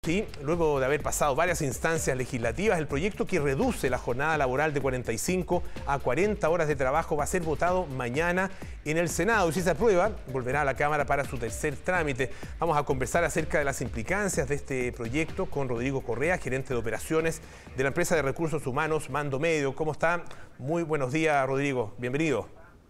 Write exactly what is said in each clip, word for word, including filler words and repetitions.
Sí, luego de haber pasado varias instancias legislativas, el proyecto que reduce la jornada laboral de cuarenta y cinco a cuarenta horas de trabajo va a ser votado mañana en el Senado. Y si se aprueba, volverá a la Cámara para su tercer trámite. Vamos a conversar acerca de las implicancias de este proyecto con Rodrigo Correa, gerente de operaciones de la empresa de recursos humanos Mando Medio. ¿Cómo está? Muy buenos días, Rodrigo. Bienvenido.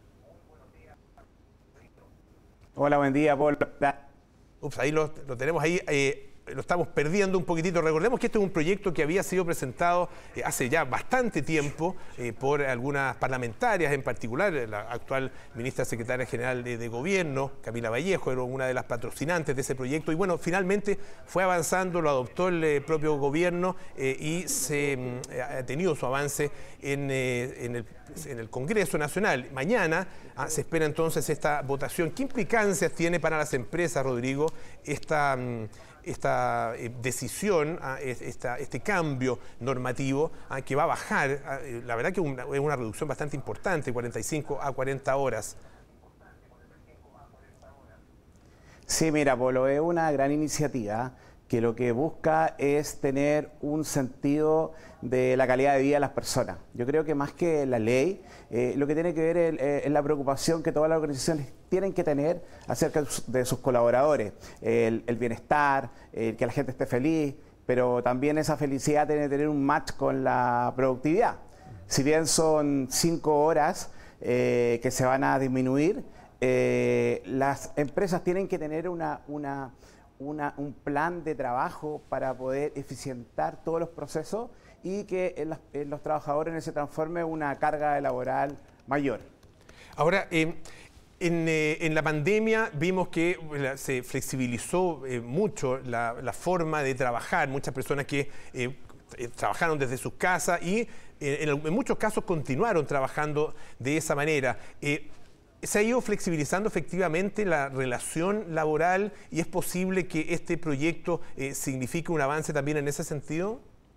Hola, buen día, Paul. Ups, ahí lo, lo tenemos ahí. Eh, lo estamos perdiendo un poquitito. Recordemos que este es un proyecto que había sido presentado eh, hace ya bastante tiempo eh, por algunas parlamentarias, en particular la actual ministra secretaria general de, de Gobierno, Camila Vallejo, era una de las patrocinantes de ese proyecto. Y bueno, finalmente fue avanzando, lo adoptó el eh, propio Gobierno eh, y se eh, ha tenido su avance en, eh, en, el, en el Congreso Nacional. Mañana ah, se espera entonces esta votación. ¿Qué implicancias tiene para las empresas, Rodrigo, esta... esta eh, decisión, eh, esta, este cambio normativo eh, que va a bajar, eh, la verdad que una, es una reducción bastante importante, cuarenta y cinco a cuarenta horas? Sí, mira, Polo, es una gran iniciativa que lo que busca es tener un sentido de la calidad de vida de las personas. Yo creo que más que la ley, eh, lo que tiene que ver es, eh, es la preocupación que todas las organizaciones tienen que tener acerca de sus colaboradores, el, el bienestar, el que la gente esté feliz, pero también esa felicidad tiene que tener un match con la productividad. Si bien son cinco horas eh, que se van a disminuir, eh, las empresas tienen que tener una... una Una, un plan de trabajo para poder eficientar todos los procesos y que en, las, en los trabajadores se transforme una carga laboral mayor. Ahora, eh, en, eh, en la pandemia vimos que eh, se flexibilizó eh, mucho la, la forma de trabajar. Muchas personas que eh, eh, trabajaron desde sus casas y eh, en, en muchos casos continuaron trabajando de esa manera. Eh, ¿Se ha ido flexibilizando efectivamente la relación laboral y es posible que este proyecto eh, signifique un avance también en ese sentido?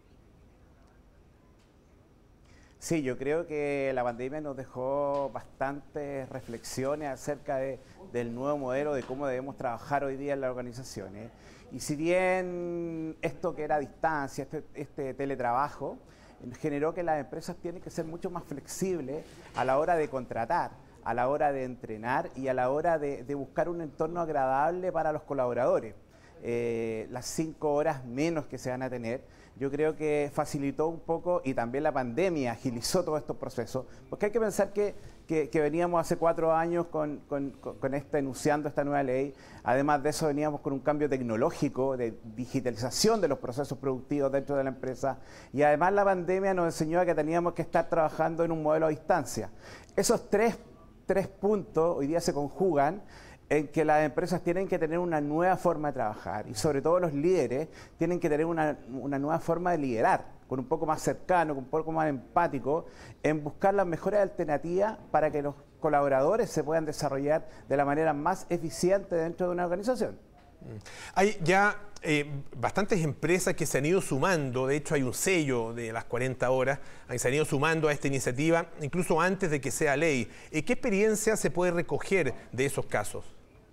Sí, yo creo que la pandemia nos dejó bastantes reflexiones acerca de, del nuevo modelo de cómo debemos trabajar hoy día en las organizaciones. Y si bien esto que era a distancia, este, este teletrabajo, generó que las empresas tienen que ser mucho más flexibles a la hora de contratar, a la hora de entrenar y a la hora de, de buscar un entorno agradable para los colaboradores. Eh, las cinco horas menos que se van a tener, yo creo que facilitó un poco y también la pandemia agilizó todos estos procesos, porque hay que pensar que, que, que veníamos hace cuatro años con, con, con esta, enunciando esta nueva ley. Además de eso veníamos con un cambio tecnológico de digitalización de los procesos productivos dentro de la empresa y además la pandemia nos enseñó a que teníamos que estar trabajando en un modelo a distancia. Esos tres Tres puntos hoy día se conjugan en que las empresas tienen que tener una nueva forma de trabajar y sobre todo los líderes tienen que tener una, una nueva forma de liderar, con un poco más cercano, con un poco más empático, en buscar las mejores alternativas para que los colaboradores se puedan desarrollar de la manera más eficiente dentro de una organización. Hay ya eh, bastantes empresas que se han ido sumando, de hecho hay un sello de las cuarenta horas, se han ido sumando a esta iniciativa, incluso antes de que sea ley. Eh, ¿Qué experiencia se puede recoger de esos casos?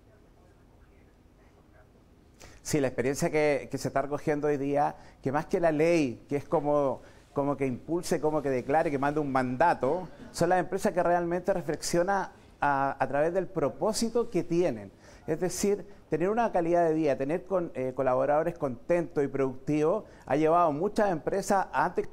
Sí, la experiencia que, que se está recogiendo hoy día, que más que la ley, que es como, como que impulse, como que declare, que mande un mandato, son las empresas que realmente reflexionan a, a través del propósito que tienen. Es decir, tener una calidad de vida, tener con, eh, colaboradores contentos y productivos, ha llevado a muchas empresas antes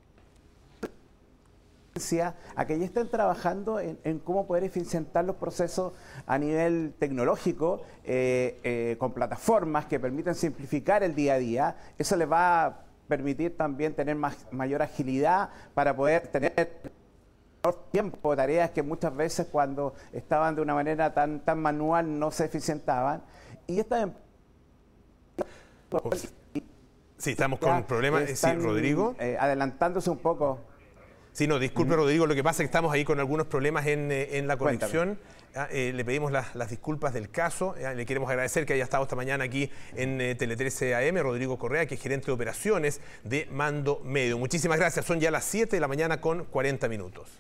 a que ya estén trabajando en, en cómo poder eficientar los procesos a nivel tecnológico, eh, eh, con plataformas que permiten simplificar el día a día. Eso les va a permitir también tener más, mayor agilidad para poder tener tiempo, tareas que muchas veces cuando estaban de una manera tan, tan manual no se eficientaban. Y esta Sí, estamos con problemas. Sí, Rodrigo. Eh, adelantándose un poco. Sí, no, disculpe, Rodrigo, lo que pasa es que estamos ahí con algunos problemas en, en la conexión. Eh, le pedimos las, las disculpas del caso. Eh, le queremos agradecer que haya estado esta mañana aquí en eh, Tele trece A M, Rodrigo Correa, que es gerente de operaciones de Mando Medio. Muchísimas gracias. Son ya las siete de la mañana con cuarenta minutos.